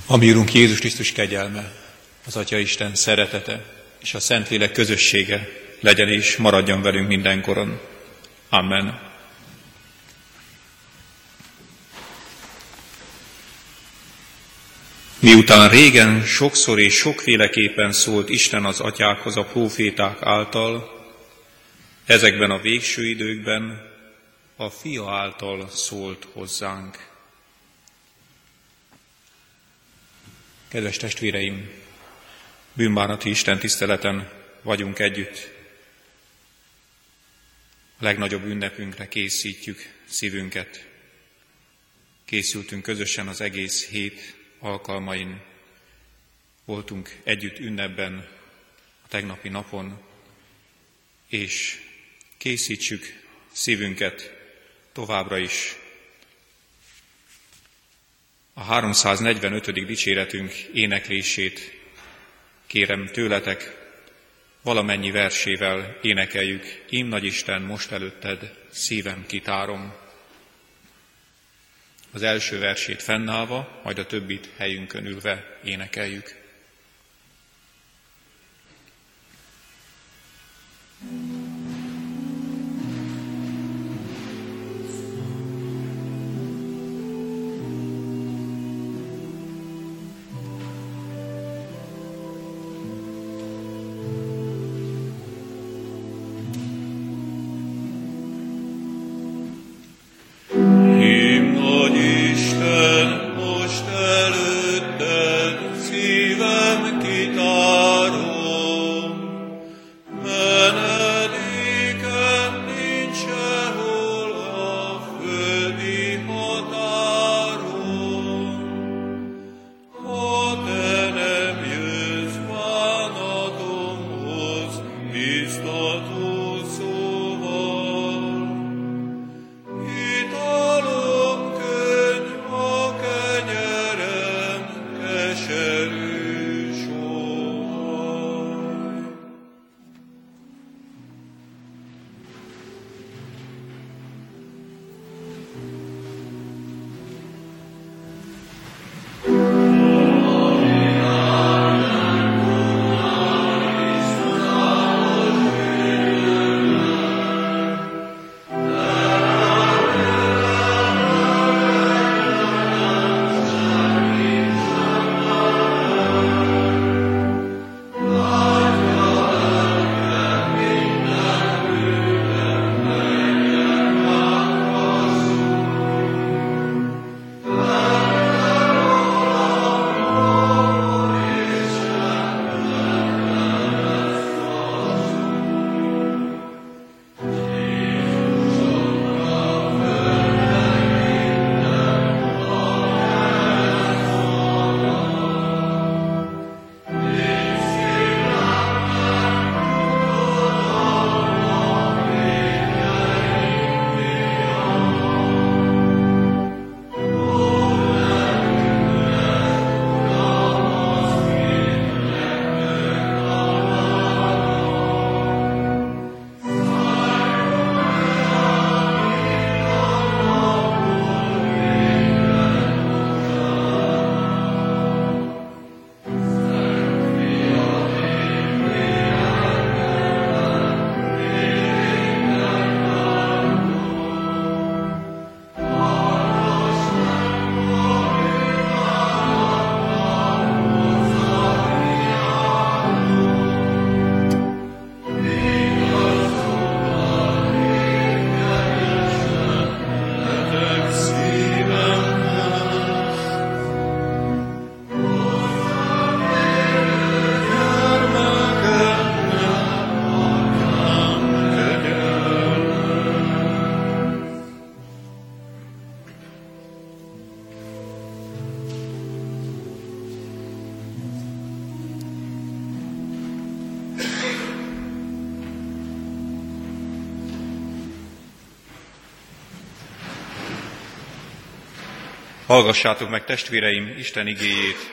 A mi Urunk Jézus Krisztus kegyelme, az Atya Isten szeretete és a Szentlélek közössége legyen és maradjon velünk mindenkoron. Amen. Miután régen sokszor és sokféleképpen szólt Isten az atyákhoz a próféták által, ezekben a végső időkben a Fia által szólt hozzánk. Kedves testvéreim, bűnbánati Isten tiszteleten vagyunk együtt. A legnagyobb ünnepünkre készítjük szívünket. Készültünk közösen az egész hét alkalmain. Voltunk együtt ünnepben a tegnapi napon, és készítsük szívünket továbbra is. A 345. dicséretünk éneklését kérem tőletek, valamennyi versével énekeljük. Ím nagy Isten, most előtted szívem kitárom. Az első versét fennállva, majd a többit helyünkön ülve énekeljük. Hallgassátok meg, testvéreim, Isten igéjét.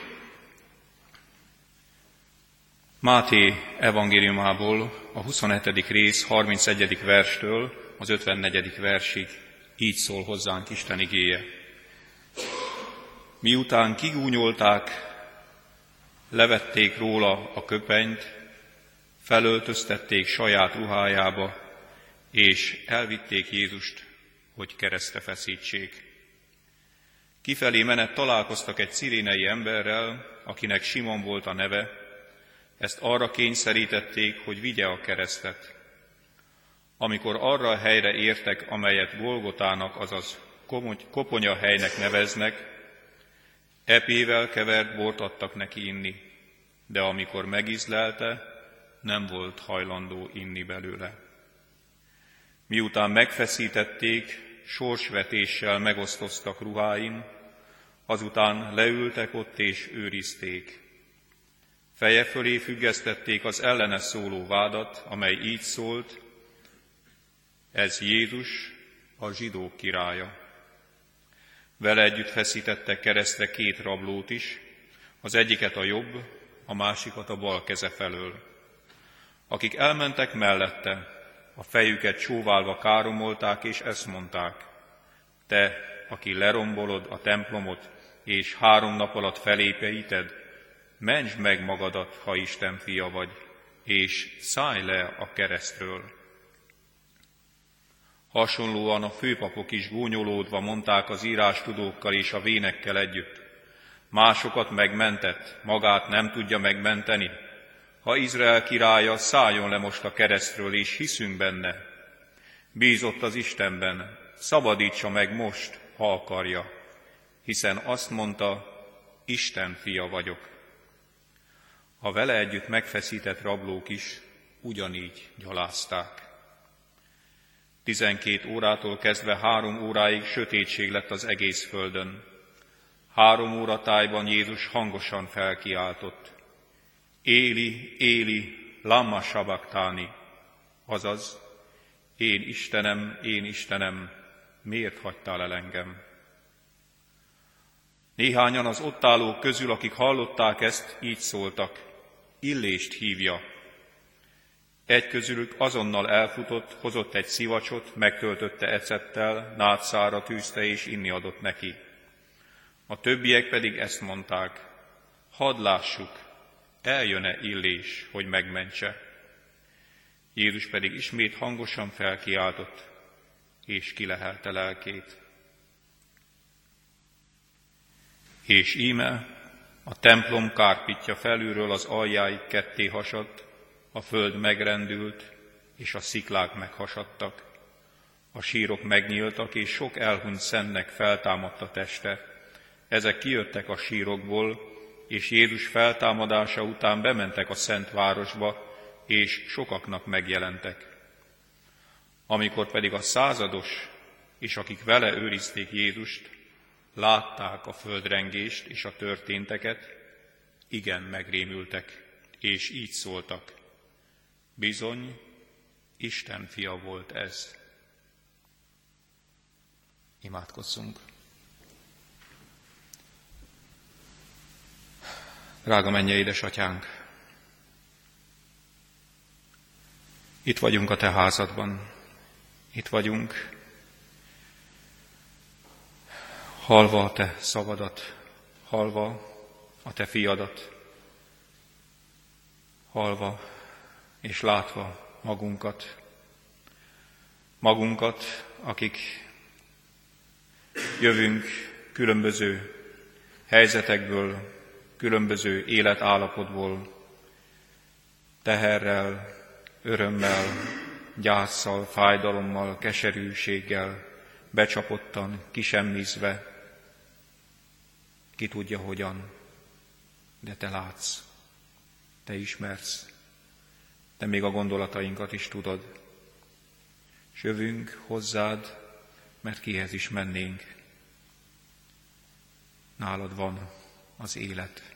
Máté evangéliumából a 27. rész 31. verstől az 54. versig így szól hozzánk Isten igéje. Miután kigúnyolták, levették róla a köpenyt, felöltöztették saját ruhájába, és elvitték Jézust, hogy keresztre feszítsék. Kifelé menet találkoztak egy cirénei emberrel, akinek Simon volt a neve, ezt arra kényszerítették, hogy vigye a keresztet. Amikor arra a helyre értek, amelyet Golgotának, azaz koponyahelynek neveznek, epével kevert bort adtak neki inni, de amikor megízlelte, nem volt hajlandó inni belőle. Miután megfeszítették, sorsvetéssel megosztoztak ruháin, azután leültek ott és őrizték. Feje fölé függesztették az ellene szóló vádat, amely így szólt: ez Jézus, a zsidók királya. Vele együtt feszítettek keresztre 2 rablót is, az egyiket a jobb, a másikat a bal keze felől. Akik elmentek mellette, a fejüket csóválva káromolták, és ezt mondták: te, aki lerombolod a templomot, és 3 nap alatt felépíted, mentsd meg magadat, ha Isten fia vagy, és szállj le a keresztről. Hasonlóan a főpapok is gúnyolódva mondták az írástudókkal és a vénekkel együtt: másokat megmentett, magát nem tudja megmenteni. Ha Izrael királya, szálljon le most a keresztről, és hiszünk benne. Bízott az Istenben, szabadítsa meg most, ha akarja, hiszen azt mondta: Isten fia vagyok. A vele együtt megfeszített rablók is ugyanígy gyalázták. 12 órától kezdve 3 óráig sötétség lett az egész földön. 3 óra tájban Jézus hangosan felkiáltott: Éli, Éli, lama sabachthani, azaz: én Istenem, miért hagytál el engem? Néhányan az ott állók közül, akik hallották ezt, így szóltak: Illést hívja. Egy közülük azonnal elfutott, hozott egy szivacsot, megtöltötte ecettel, nátszára tűzte és inni adott neki. A többiek pedig ezt mondták: hadd lássuk, eljön-e Illés, hogy megmentse. Jézus pedig ismét hangosan felkiáltott, és kilehelte lelkét. És íme a templom kárpitja felülről az aljáig ketté hasadt, a föld megrendült, és a sziklák meghasadtak. A sírok megnyíltak, és sok elhunyt szentnek feltámadt a teste. Ezek kijöttek a sírokból, és Jézus feltámadása után bementek a szent városba, és sokaknak megjelentek. Amikor pedig a százados, és akik vele őrizték Jézust, látták a földrengést és a történteket, igen megrémültek, és így szóltak: bizony, Isten fia volt ez. Imádkozzunk. Drága mennyei édesatyánk, itt vagyunk a te házadban, itt vagyunk, hallva a te szavadat, hallva a te fiadat, hallva és látva magunkat, akik jövünk különböző helyzetekből, különböző életállapotból, teherrel, örömmel, gyásszal, fájdalommal, keserűséggel, becsapottan, kisemmizve, ki tudja hogyan, de te látsz, te ismersz, te még a gondolatainkat is tudod. S jövünk hozzád, mert kihez is mennénk. Nálad van az élet.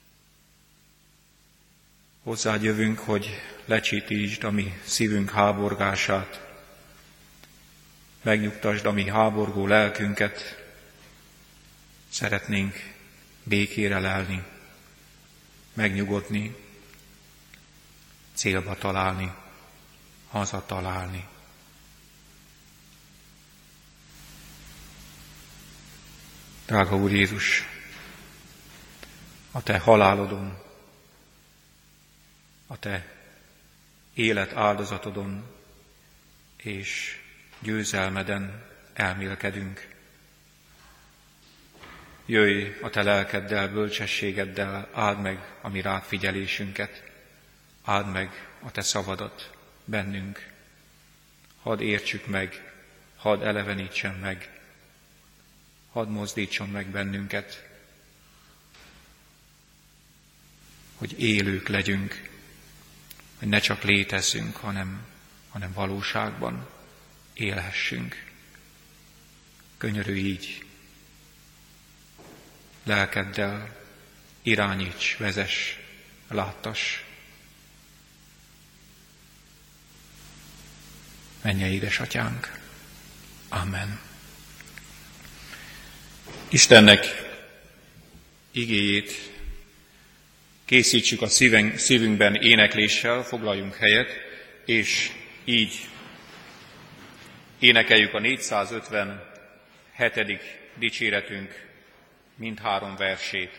Hozzád jövünk, hogy lecsitítsd a mi szívünk háborgását, megnyugtasd a mi háborgó lelkünket, szeretnénk békére lelni, megnyugodni, célba találni, haza találni. Drága Úr Jézus, a te halálodon, a te élet áldozatodon és győzelmeden elmélkedünk. Jöjj a te lelkeddel, bölcsességeddel, áld meg a mi rád figyelésünket, áld meg a te szavadat bennünk. Hadd értsük meg, hadd elevenítsen meg, hadd mozdítson meg bennünket, hogy élők legyünk, hogy ne csak létezzünk, hanem valóságban élhessünk. Könyörülj így, lelkeddel irányíts, vezess, láttass. Mennyei édesatyánk. Amen. Istennek igéjét készítsük a szívünkben énekléssel, foglaljunk helyet, és így énekeljük a 457. dicséretünk mindhárom versét.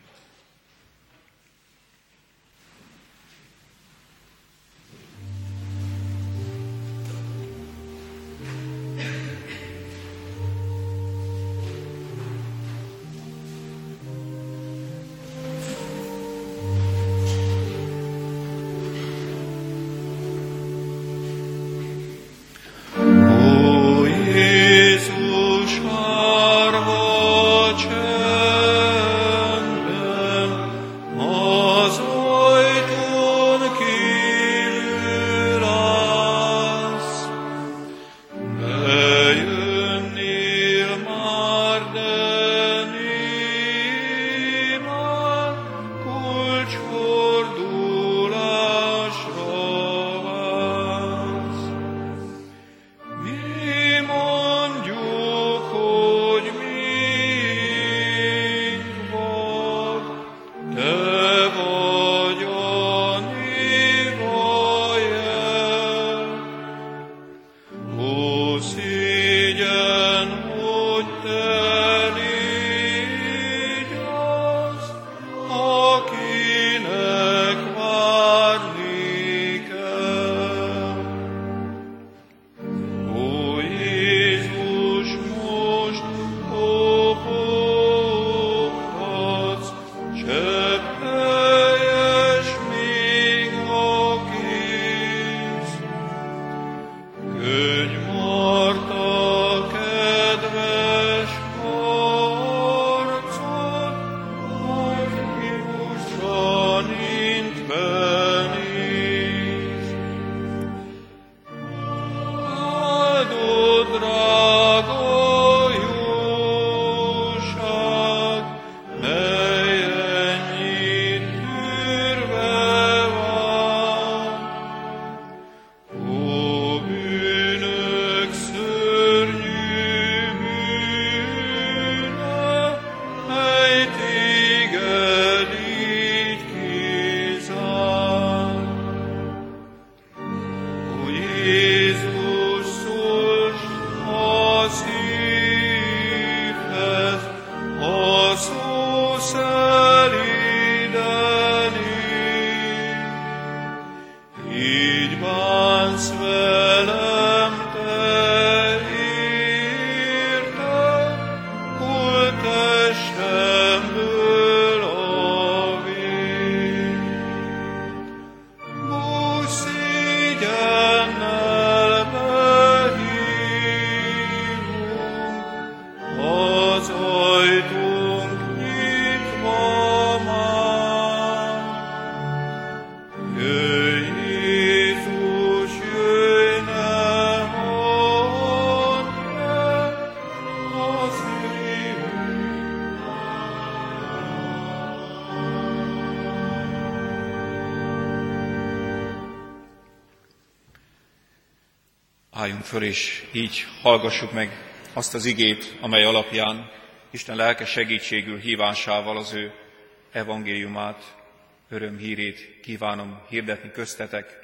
Álljunk föl, és így hallgassuk meg azt az igét, amely alapján Isten lelke segítségül hívásával az ő evangéliumát, örömhírét kívánom hirdetni köztetek.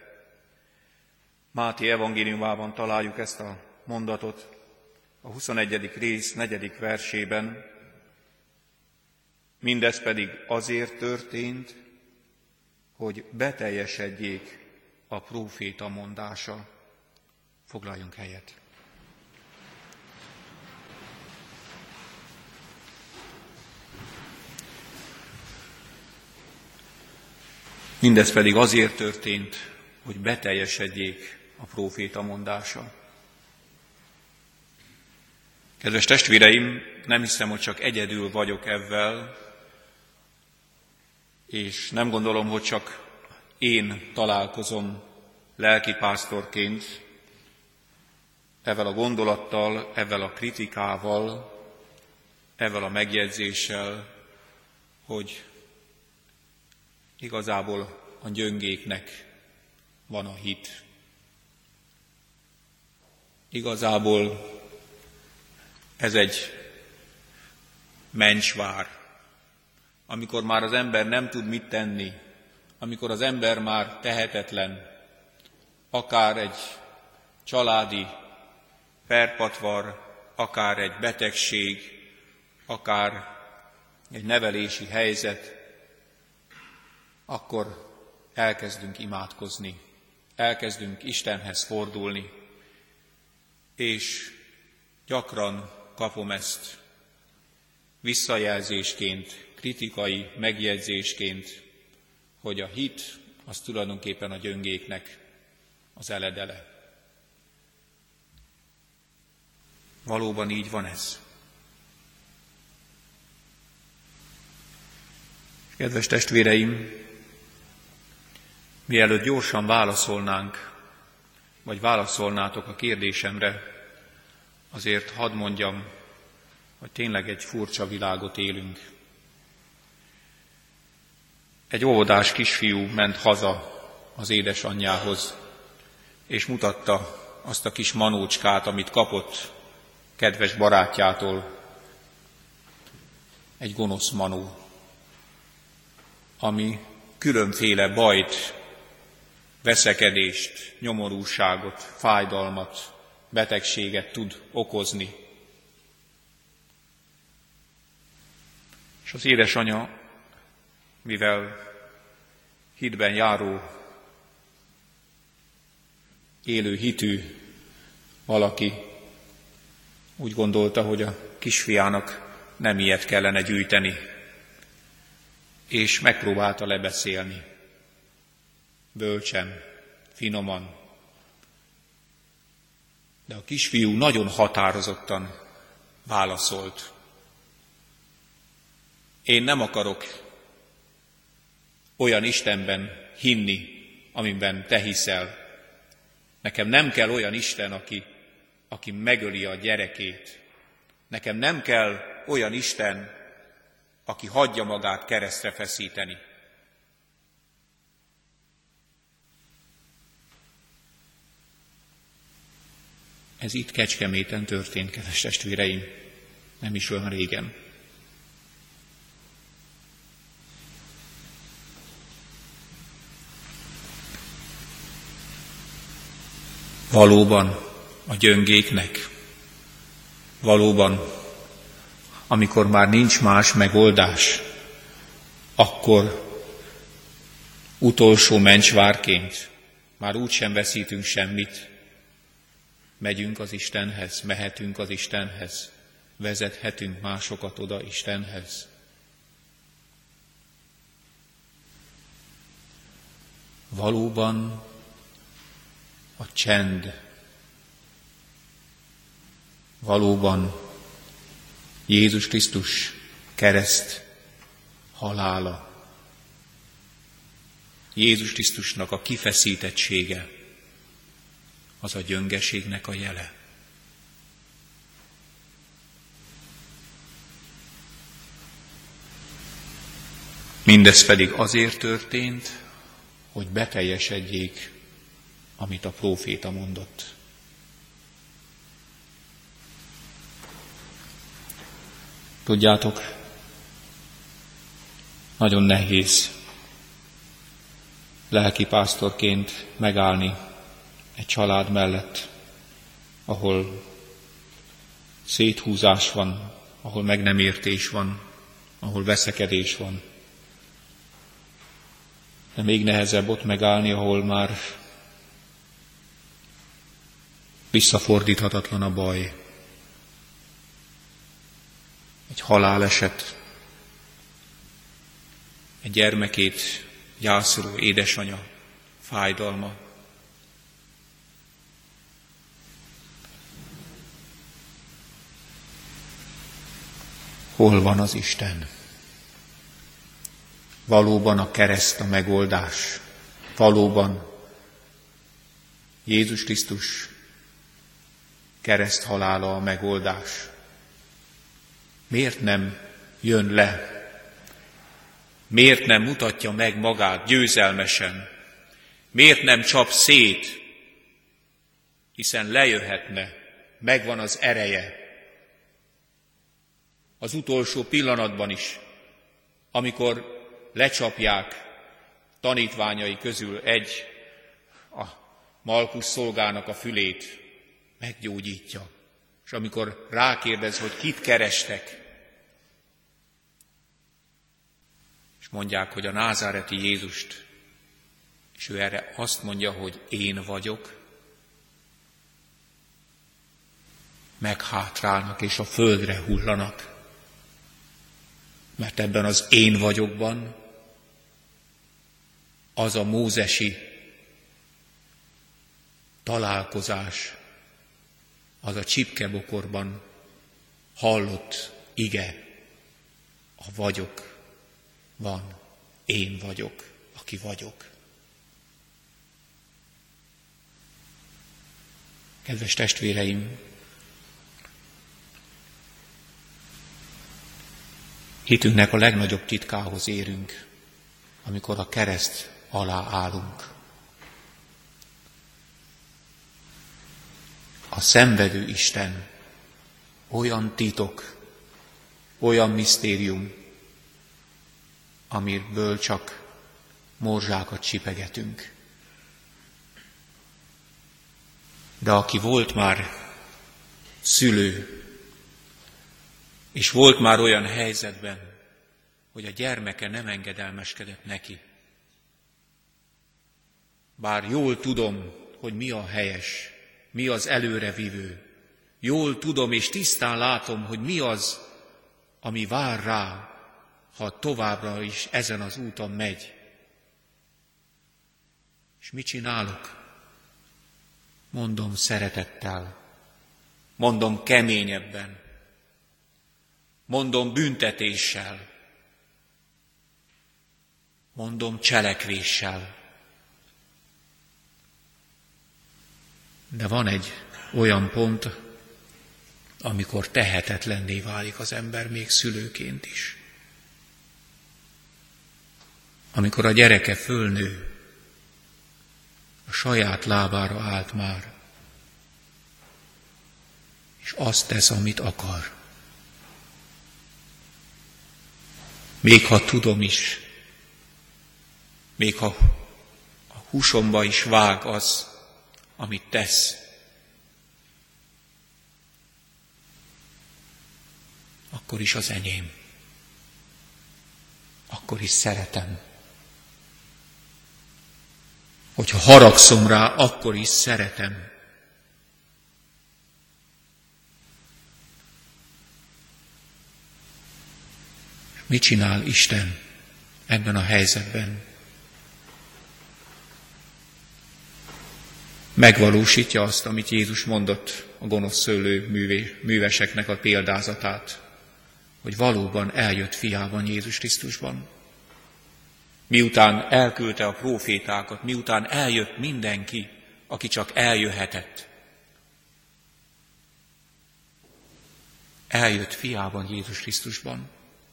Máté evangéliumában találjuk ezt a mondatot a 21. rész 4. versében. Mindez pedig azért történt, hogy beteljesedjék a próféta mondása. Foglaljunk helyet. Mindez pedig azért történt, hogy beteljesedjék a próféta mondása. Kedves testvéreim, nem hiszem, hogy csak egyedül vagyok ezzel, és nem gondolom, hogy csak én találkozom lelkipásztorként ezzel a gondolattal, ezzel a kritikával, ezzel a megjegyzéssel, hogy igazából a gyöngéknek van a hit. Igazából ez egy mencsvár, amikor már az ember nem tud mit tenni, amikor az ember már tehetetlen, akár egy családi ferpatvar, akár egy betegség, akár egy nevelési helyzet, akkor elkezdünk imádkozni, elkezdünk Istenhez fordulni, és gyakran kapom ezt visszajelzésként, kritikai megjegyzésként, hogy a hit az tulajdonképpen a gyöngéknek az eledele. Valóban így van ez. Kedves testvéreim, mielőtt gyorsan válaszolnánk, vagy válaszolnátok a kérdésemre, azért hadd mondjam, hogy tényleg egy furcsa világot élünk. Egy óvodás kisfiú ment haza az édesanyjához, és mutatta azt a kis manócskát, amit kapott kedves barátjától, egy gonosz manó, ami különféle bajt, veszekedést, nyomorúságot, fájdalmat, betegséget tud okozni. És az édesanya, mivel hitben járó, élő hitű valaki, úgy gondolta, hogy a kisfiának nem ilyet kellene gyűjteni, és megpróbálta lebeszélni. Bölcsen, finoman. De a kisfiú nagyon határozottan válaszolt. Én nem akarok olyan Istenben hinni, amiben te hiszel. Nekem nem kell olyan Isten, aki megöli a gyerekét. Nekem nem kell olyan Isten, aki hagyja magát keresztre feszíteni. Ez itt Kecskeméten történt, kedves testvéreim, nem is olyan régen. Valóban a gyöngéknek, valóban, amikor már nincs más megoldás, akkor utolsó mencsvárként már úgysem veszítünk semmit, megyünk az Istenhez, mehetünk az Istenhez, vezethetünk másokat oda Istenhez. Valóban a csend, valóban Jézus Krisztus kereszt halála, Jézus Krisztusnak a kifeszítettsége, az a gyöngeségnek a jele. Mindez pedig azért történt, hogy beteljesedjék, amit a próféta mondott. Tudjátok, nagyon nehéz lelkipásztorként megállni egy család mellett, ahol széthúzás van, ahol meg nem értés van, ahol veszekedés van. De még nehezebb ott megállni, ahol már visszafordíthatatlan a baj. Egy haláleset, egy gyermekét gyászoló édesanya fájdalma. Hol van az Isten? Valóban a kereszt a megoldás. Valóban Jézus Krisztus kereszt halála a megoldás. Miért nem jön le? Miért nem mutatja meg magát győzelmesen? Miért nem csap szét? Hiszen lejöhetne, megvan az ereje. Az utolsó pillanatban is, amikor lecsapják tanítványai közül a Malkusz szolgának a fülét, meggyógyítja. És amikor rákérdez, hogy kit kerestek, és mondják, hogy a názáreti Jézust, és ő erre azt mondja, hogy én vagyok, meghátrálnak és a földre hullanak. Mert ebben az én vagyokban az a mózesi találkozás, az a csipkebokorban hallott ige, a vagyok van, én vagyok, aki vagyok. Kedves testvéreim, hitünknek a legnagyobb titkához érünk, amikor a kereszt alá állunk. A szenvedő Isten olyan titok, olyan misztérium, amiből csak morzsákat csipegetünk. De aki volt már szülő, és volt már olyan helyzetben, hogy a gyermeke nem engedelmeskedett neki. Bár jól tudom, hogy mi a helyes, mi az előrevívő. Jól tudom és tisztán látom, hogy mi az, ami vár rá, ha továbbra is ezen az úton megy. És mit csinálok? Mondom szeretettel, mondom keményebben, mondom büntetéssel, mondom cselekvéssel. De van egy olyan pont, amikor tehetetlenné válik az ember még szülőként is. Amikor a gyereke fölnő, a saját lábára állt már, és azt tesz, amit akar. Még ha tudom is, még ha a húsomba is vág az, amit tesz, akkor is az enyém. Akkor is szeretem. Hogyha haragszom rá, akkor is szeretem. Mit csinál Isten ebben a helyzetben? Megvalósítja azt, amit Jézus mondott a gonosz szőlő műveseknek a példázatát, hogy valóban eljött fiában, Jézus Krisztusban. Miután elküldte a prófétákat, miután eljött mindenki, aki csak eljöhetett, eljött fiában, Jézus Krisztusban.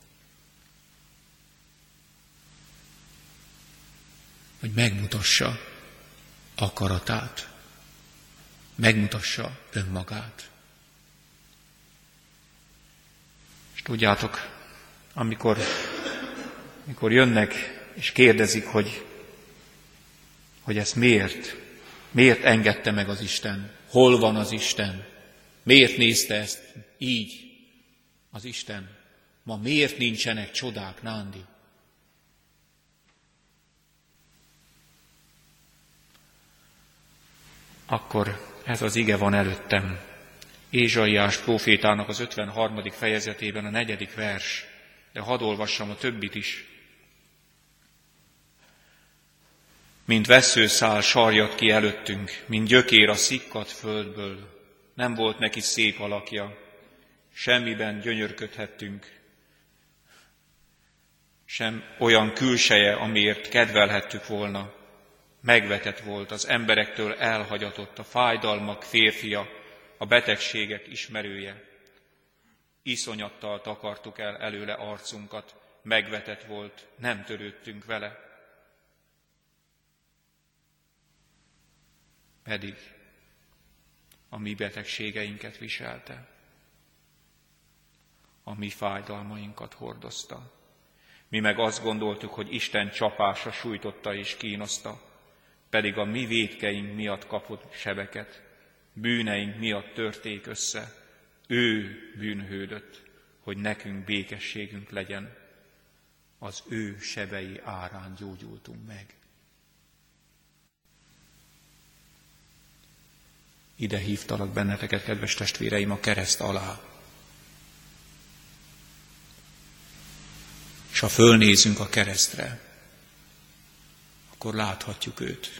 Hogy megmutassa akaratát, megmutassa önmagát. És tudjátok, amikor jönnek és kérdezik, hogy ezt miért engedte meg az Isten, hol van az Isten, miért nézte ezt így az Isten, Ma miért nincsenek csodák, Nándi? Akkor ez az ige van előttem. Ézsaiás prófétának az 53. fejezetében a 4. vers, de hadd olvassam a többit is. Mint vesszőszál sarjad ki előttünk, mint gyökér a szikkadt földből. Nem volt neki szép alakja, semmiben gyönyörködhettünk, sem olyan külseje, amiért kedvelhettük volna. Megvetett volt, az emberektől elhagyatott, a fájdalmak férfia, a betegségek ismerője. Iszonyattal takartuk el előle arcunkat, megvetett volt, nem törődtünk vele. Pedig a mi betegségeinket viselte, a mi fájdalmainkat hordozta. Mi meg azt gondoltuk, hogy Isten csapása sújtotta és kínoszta, pedig a mi vétkeink miatt kapott sebeket, bűneink miatt törték össze. Ő bűnhődött, hogy nekünk békességünk legyen. Az ő sebei árán gyógyultunk meg. Ide hívtalak benneteket, kedves testvéreim, a kereszt alá. És ha fölnézünk a keresztre, akkor láthatjuk őt.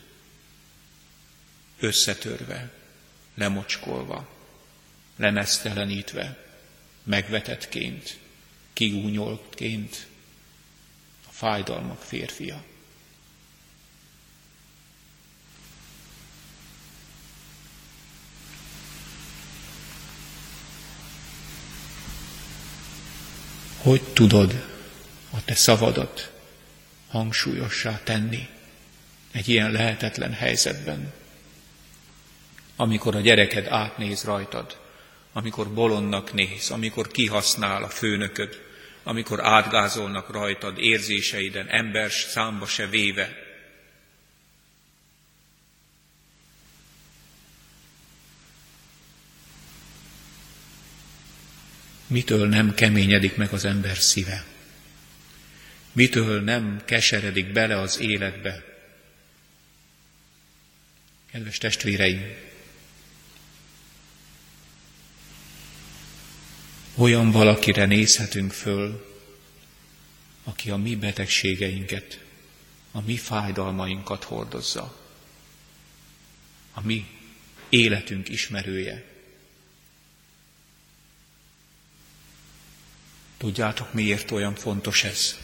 Összetörve, lemocskolva, lemeztelenítve, megvetettként, kigúnyoltként, a fájdalmak férfia. Hogy tudod a te szavadat hangsúlyossá tenni egy ilyen lehetetlen helyzetben, amikor a gyereked átnéz rajtad, amikor bolondnak néz, amikor kihasznál a főnököd, amikor átgázolnak rajtad érzéseiden, ember számba se véve. Mitől nem keményedik meg az ember szíve? Mitől nem keseredik bele az életbe? Kedves testvéreim, olyan valakire nézhetünk föl, aki a mi betegségeinket, a mi fájdalmainkat hordozza, a mi életünk ismerője. Tudjátok, miért olyan fontos ez?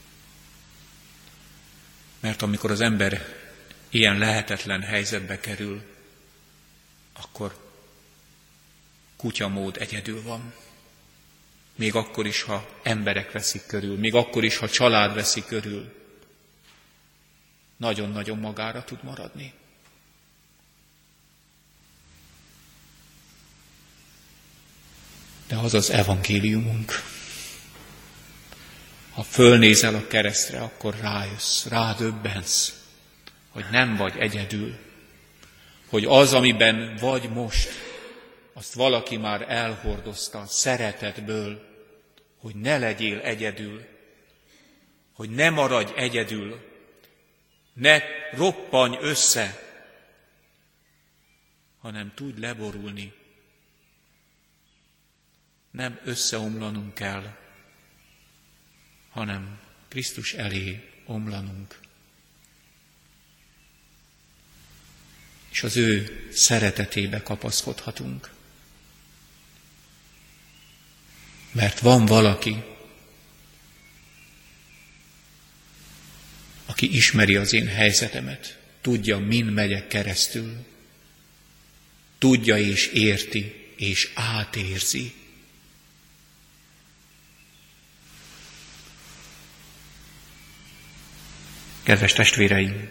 Mert amikor az ember ilyen lehetetlen helyzetbe kerül, akkor kutyamód egyedül van. Még akkor is, ha emberek veszik körül, még akkor is, ha család veszik körül, nagyon-nagyon magára tud maradni. De az az evangéliumunk. Ha fölnézel a keresztre, akkor rájössz, rádöbbensz, hogy nem vagy egyedül, hogy az, amiben vagy most, azt valaki már elhordozta szeretetből, hogy ne legyél egyedül, hogy ne maradj egyedül, ne roppanj össze, hanem tudj leborulni. Nem összeomlanunk kell, hanem Krisztus elé omlanunk. És az ő szeretetébe kapaszkodhatunk. Mert van valaki, aki ismeri az én helyzetemet, tudja, min megyek keresztül, tudja és érti, és átérzi. Kedves testvéreim,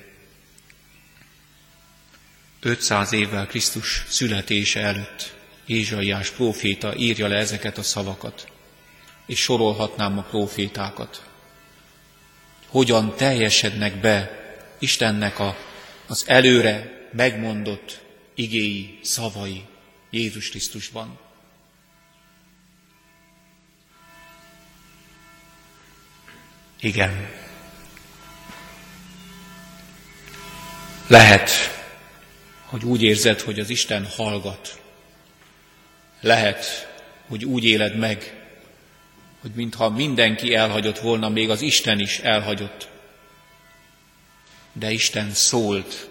500 évvel Krisztus születése előtt Ézsaiás próféta írja le ezeket a szavakat, és sorolhatnám a prófétákat. Hogyan teljesednek be Istennek az előre megmondott igéi, szavai Jézus Krisztusban. Igen. Lehet, hogy úgy érzed, hogy az Isten hallgat. Lehet, hogy úgy éled meg, hogy mintha mindenki elhagyott volna, még az Isten is elhagyott. De Isten szólt.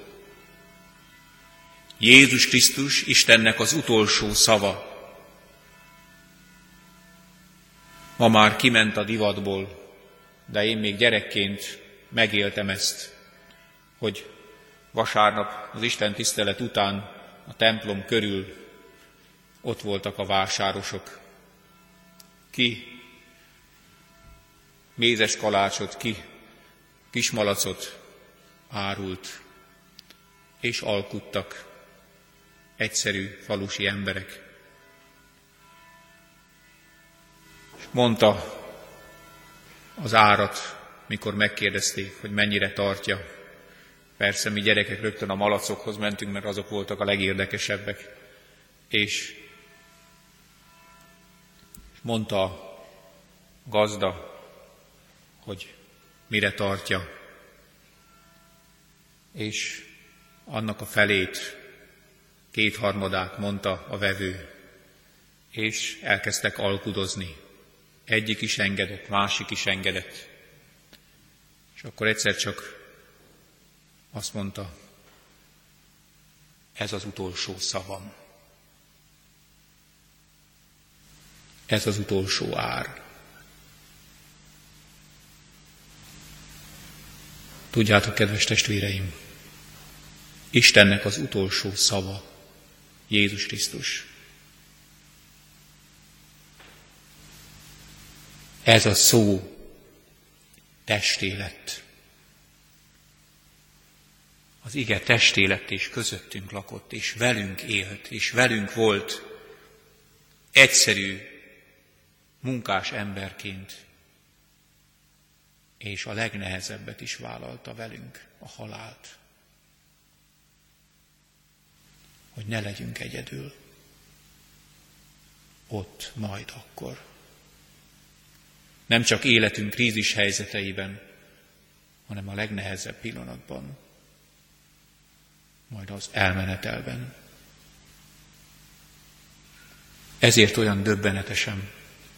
Jézus Krisztus Istennek az utolsó szava. Ma már kiment a divatból, de én még gyerekként megéltem ezt, hogy vasárnap az Isten tisztelet után a templom körül ott voltak a vásárosok. Ki mézes kalácsot, ki kismalacot árult, és alkuttak egyszerű falusi emberek. És mondta az árat, mikor megkérdezték, hogy mennyire tartja. Persze mi gyerekek rögtön a malacokhoz mentünk, mert azok voltak a legérdekesebbek. És mondta a gazda, hogy mire tartja, és annak a felét, 2/3 mondta a vevő, és elkezdtek alkudozni. Egyik is engedett, másik is engedett. És akkor egyszer csak azt mondta, ez az utolsó szavam. Ez az utolsó ár. Tudjátok, kedves testvéreim, Istennek az utolsó szava, Jézus Krisztus. Ez a szó testé lett. Az ige testé lett, és közöttünk lakott, és velünk élt, és velünk volt egyszerű, munkás emberként, és a legnehezebbet is vállalta velünk, a halált. Hogy ne legyünk egyedül. Ott, majd akkor. Nem csak életünk krízis helyzeteiben, hanem a legnehezebb pillanatban, majd az elmenetelben. Ezért olyan döbbenetesen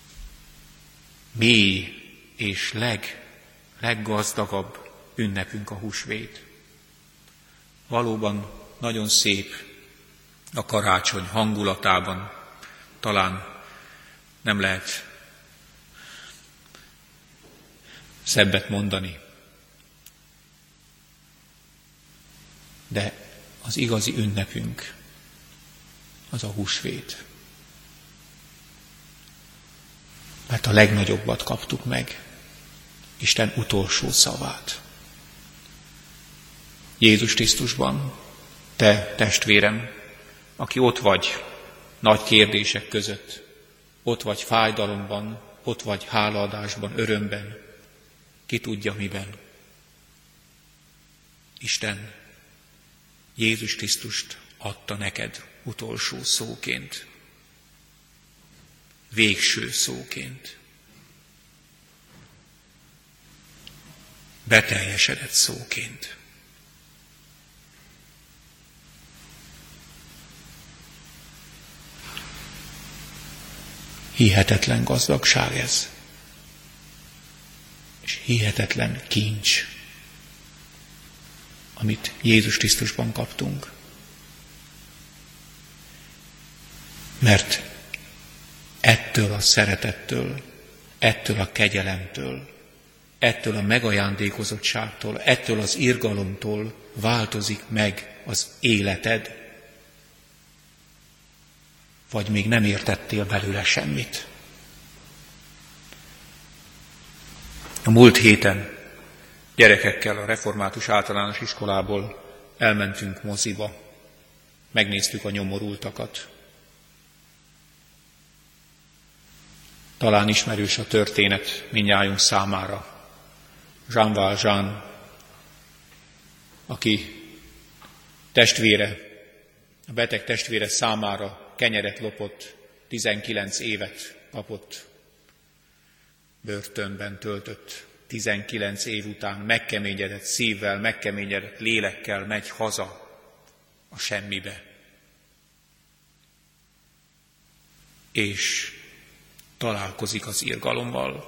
mély és leggazdagabb ünnepünk a húsvét. Valóban nagyon szép a karácsony hangulatában, talán nem lehet szebbet mondani, de az igazi ünnepünk az a húsvét. Mert a legnagyobbat kaptuk meg, Isten utolsó szavát. Jézus Krisztusban, te testvérem, aki ott vagy nagy kérdések között, ott vagy fájdalomban, ott vagy hálaadásban, örömben, ki tudja miben. Isten Jézus Krisztust adta neked utolsó szóként, végső szóként. Beteljesedett szóként. Hihetetlen gazdagság ez, és hihetetlen kincs, amit Jézus Krisztusban kaptunk. Mert ettől a szeretettől, ettől a kegyelemtől, ettől a megajándékozottságtól, ettől az irgalomtól változik meg az életed. Vagy még nem értettél belőle semmit. A múlt héten gyerekekkel a református általános iskolából elmentünk moziba, megnéztük a nyomorultakat. Talán ismerős a történet mindnyájunk számára. Jean Valjean, aki testvére, a beteg testvére számára kenyeret lopott, 19 évet kapott, börtönben töltött 19 év után megkeményedett szívvel, megkeményedett lélekkel megy haza a semmibe. És találkozik az irgalommal.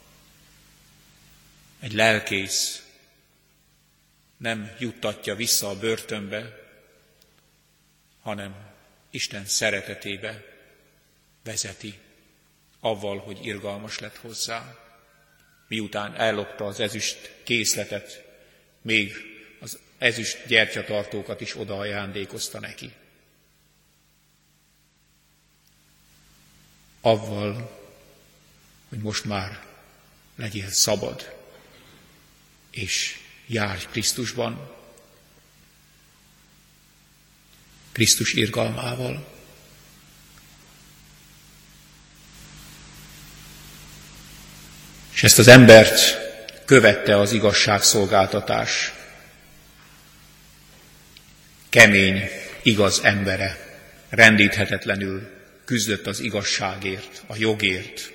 Egy lelkész nem juttatja vissza a börtönbe, hanem Isten szeretetébe vezeti, avval, hogy irgalmas lett hozzá. Miután ellopta az ezüst készletet, még az ezüst gyertyatartókat is oda ajándékozta neki. Avval, hogy most már legyél szabad, és járj Krisztusban, Krisztus irgalmával. És ezt az embert követte az igazságszolgáltatás. Kemény, igaz embere, rendíthetetlenül küzdött az igazságért, a jogért,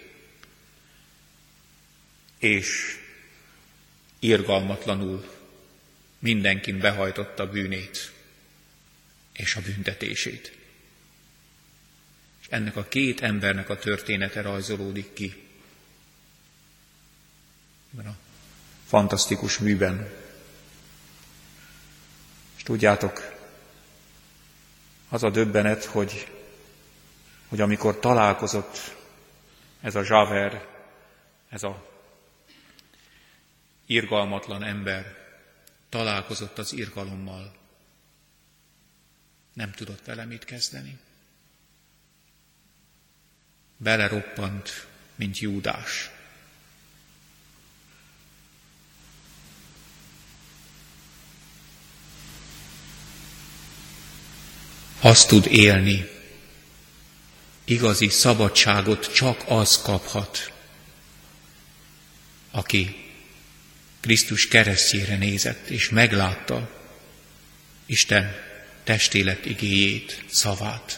és irgalmatlanul mindenkin behajtotta bűnét és a büntetését. És ennek a két embernek a története rajzolódik ki ebben a fantasztikus műben. És tudjátok, az a döbbenet, hogy amikor találkozott ez a Javert, ez a irgalmatlan ember, találkozott az irgalommal, nem tudott vele mit kezdeni. Beleroppant, mint Júdás. Azt tud élni, igazi szabadságot csak az kaphat, aki Krisztus keresztjére nézett, és meglátta Isten testé lett igéjét, szavát,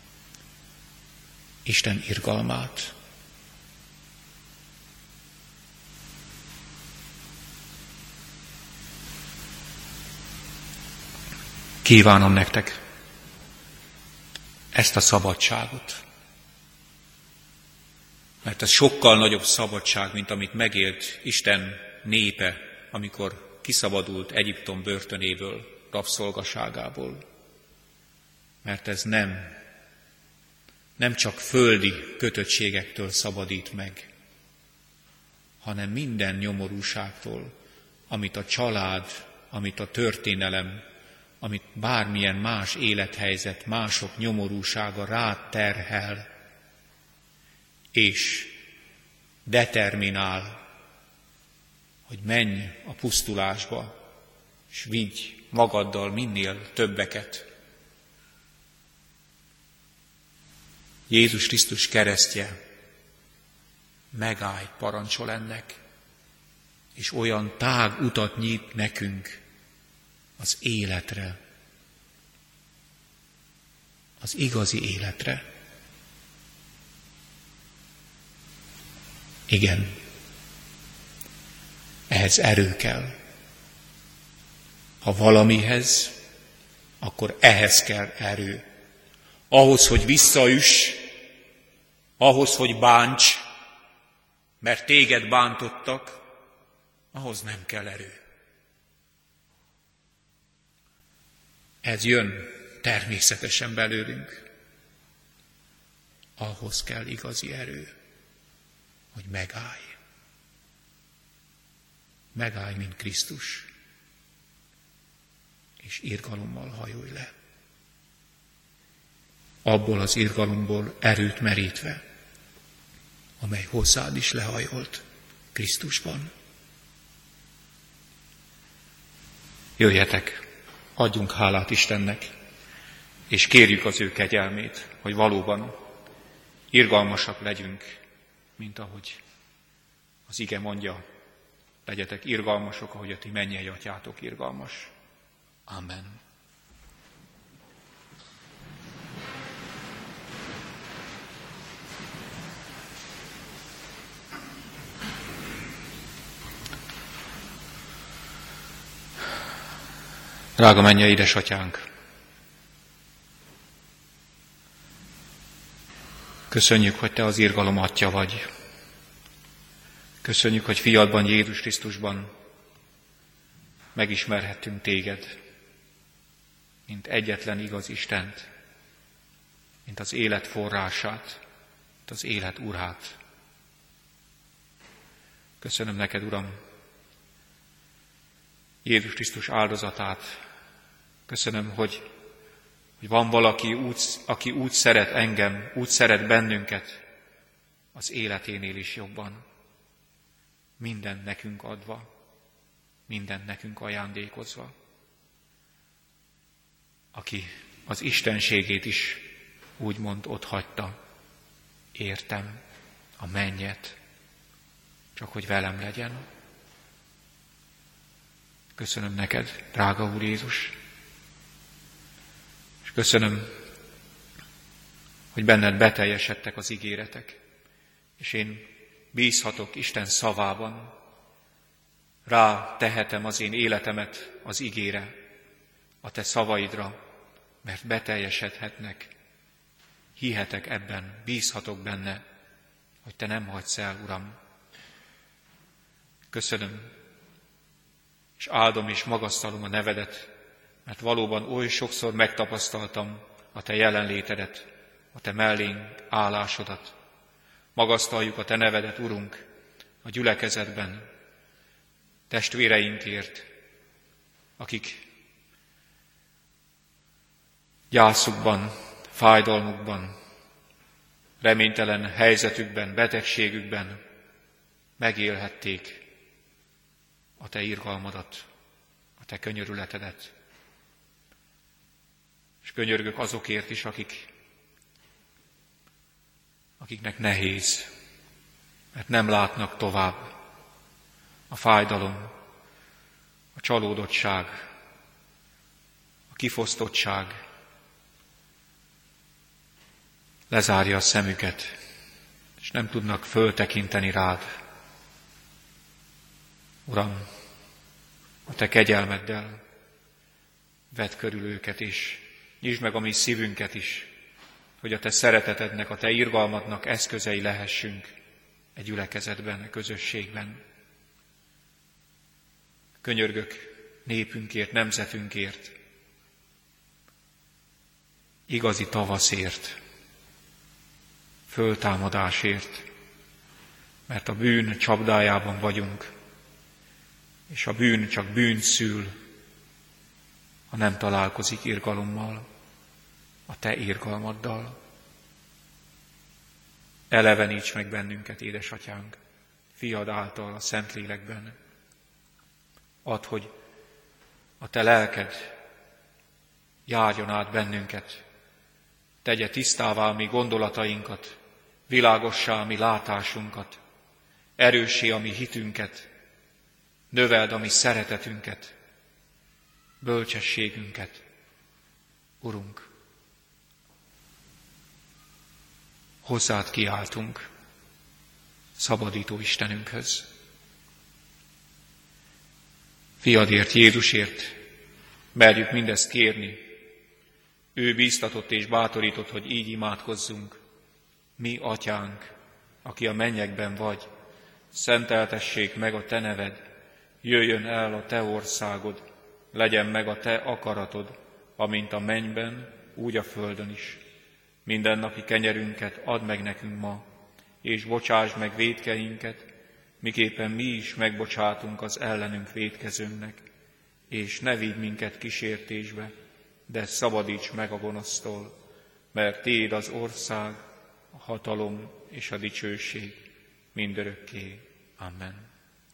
Isten irgalmát. Kívánom nektek ezt a szabadságot, mert ez sokkal nagyobb szabadság, mint amit megélt Isten népe, amikor kiszabadult Egyiptom börtönéből, rabszolgaságából. Mert ez nem csak földi kötöttségektől szabadít meg, hanem minden nyomorúságtól, amit a család, amit a történelem, amit bármilyen más élethelyzet, mások nyomorúsága rád terhel, és determinál, hogy menj a pusztulásba, és vigy magaddal minél többeket. Jézus Krisztus keresztje megállt, parancsol ennek, és olyan tág utat nyit nekünk az életre, az igazi életre. Igen, ehhez erő kell. Ha valamihez, akkor ehhez kell erő. Ahhoz, hogy visszaüss, ahhoz, hogy bánts, mert téged bántottak, ahhoz nem kell erő. Ez jön természetesen belőlünk. Ahhoz kell igazi erő, hogy megállj. Megállj, mint Krisztus, és irgalommal hajolj le. Abból az irgalomból erőt merítve, amely hozzád is lehajolt Krisztusban. Jöjjetek, adjunk hálát Istennek, és kérjük az ő kegyelmét, hogy valóban irgalmasak legyünk, mint ahogy az ige mondja, legyetek irgalmasok, ahogy a ti mennyei atyátok irgalmas. Amen. Drága mennyei édesatyánk, köszönjük, hogy Te az irgalom Atya vagy. Köszönjük, hogy fiadban, Jézus Krisztusban megismerhettünk Téged, mint egyetlen igaz Istent, mint az élet forrását, mint az élet urát. Köszönöm neked, Uram, Jézus Krisztus áldozatát. Köszönöm, hogy van valaki, aki úgy szeret engem, úgy szeret bennünket, az életénél is jobban. Mindent nekünk adva, mindent nekünk ajándékozva. Aki az istenségét is úgymond otthagyta, értem, a mennyet, csak hogy velem legyen. Köszönöm neked, drága Úr Jézus, és köszönöm, hogy benned beteljesedtek az ígéretek, és én bízhatok Isten szavában, rá tehetem az én életemet az ígére, a te szavaidra, mert beteljesedhetnek. Hihetek ebben, bízhatok benne, hogy te nem hagysz el, Uram. Köszönöm, és áldom és magasztalom a nevedet, mert valóban oly sokszor megtapasztaltam a te jelenlétedet, a te mellénk állásodat. Magasztaljuk a te nevedet, Urunk, a gyülekezetben, testvéreinkért, akik gyászukban, fájdalmukban, reménytelen helyzetükben, betegségükben megélhették a te irgalmadat, a te könyörületedet. És könyörgök azokért is, akiknek nehéz, mert nem látnak tovább. A fájdalom, a csalódottság, a kifosztottság lezárja a szemüket, és nem tudnak föltekinteni rád. Uram, a te kegyelmeddel vedd körül őket, és nyisd meg a mi szívünket is, hogy a te szeretetednek, a te irgalmadnak eszközei lehessünk egy gyülekezetben, a közösségben. Könyörgök népünkért, nemzetünkért, igazi tavaszért, föltámadásért, mert a bűn csapdájában vagyunk, és a bűn csak bűnt szül, ha nem találkozik irgalommal, a te irgalmaddal. Eleveníts meg bennünket, édesatyánk, fiad által a Szentlélekben. Add, hogy a te lelked járjon át bennünket, tegye tisztává a mi gondolatainkat, világossá a mi látásunkat, erőssé a mi hitünket, növeld a mi szeretetünket, bölcsességünket, Urunk. Hozzád kiáltunk, szabadító Istenünkhöz. Fiadért, Jézusért merjük mindezt kérni. Ő bíztatott és bátorított, hogy így imádkozzunk. Mi, Atyánk, aki a mennyekben vagy, szenteltessék meg a te neved, jöjjön el a te országod, legyen meg a te akaratod, amint a mennyben, úgy a földön is. Mindennapi kenyerünket add meg nekünk ma, és bocsásd meg vétkeinket, miképpen mi is megbocsátunk az ellenünk vétkezőnknek, és ne vigy minket kísértésbe, de szabadíts meg a gonosztól, mert tiéd az ország, a hatalom és a dicsőség mindörökké. Amen.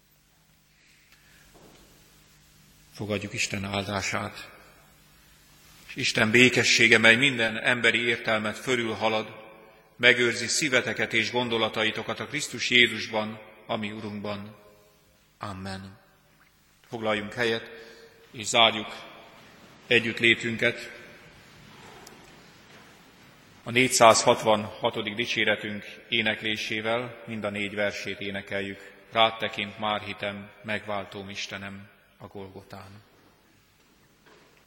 Fogadjuk Isten áldását, és Isten békessége, mely minden emberi értelmet fölülhalad, megőrzi szíveteket és gondolataitokat a Krisztus Jézusban, a mi Urunkban. Amen. Foglaljunk helyet, és zárjuk együttlétünket. A 466. dicséretünk éneklésével mind a 4 versét énekeljük. Rád tekint már hitem, megváltóm Istenem a Golgotán.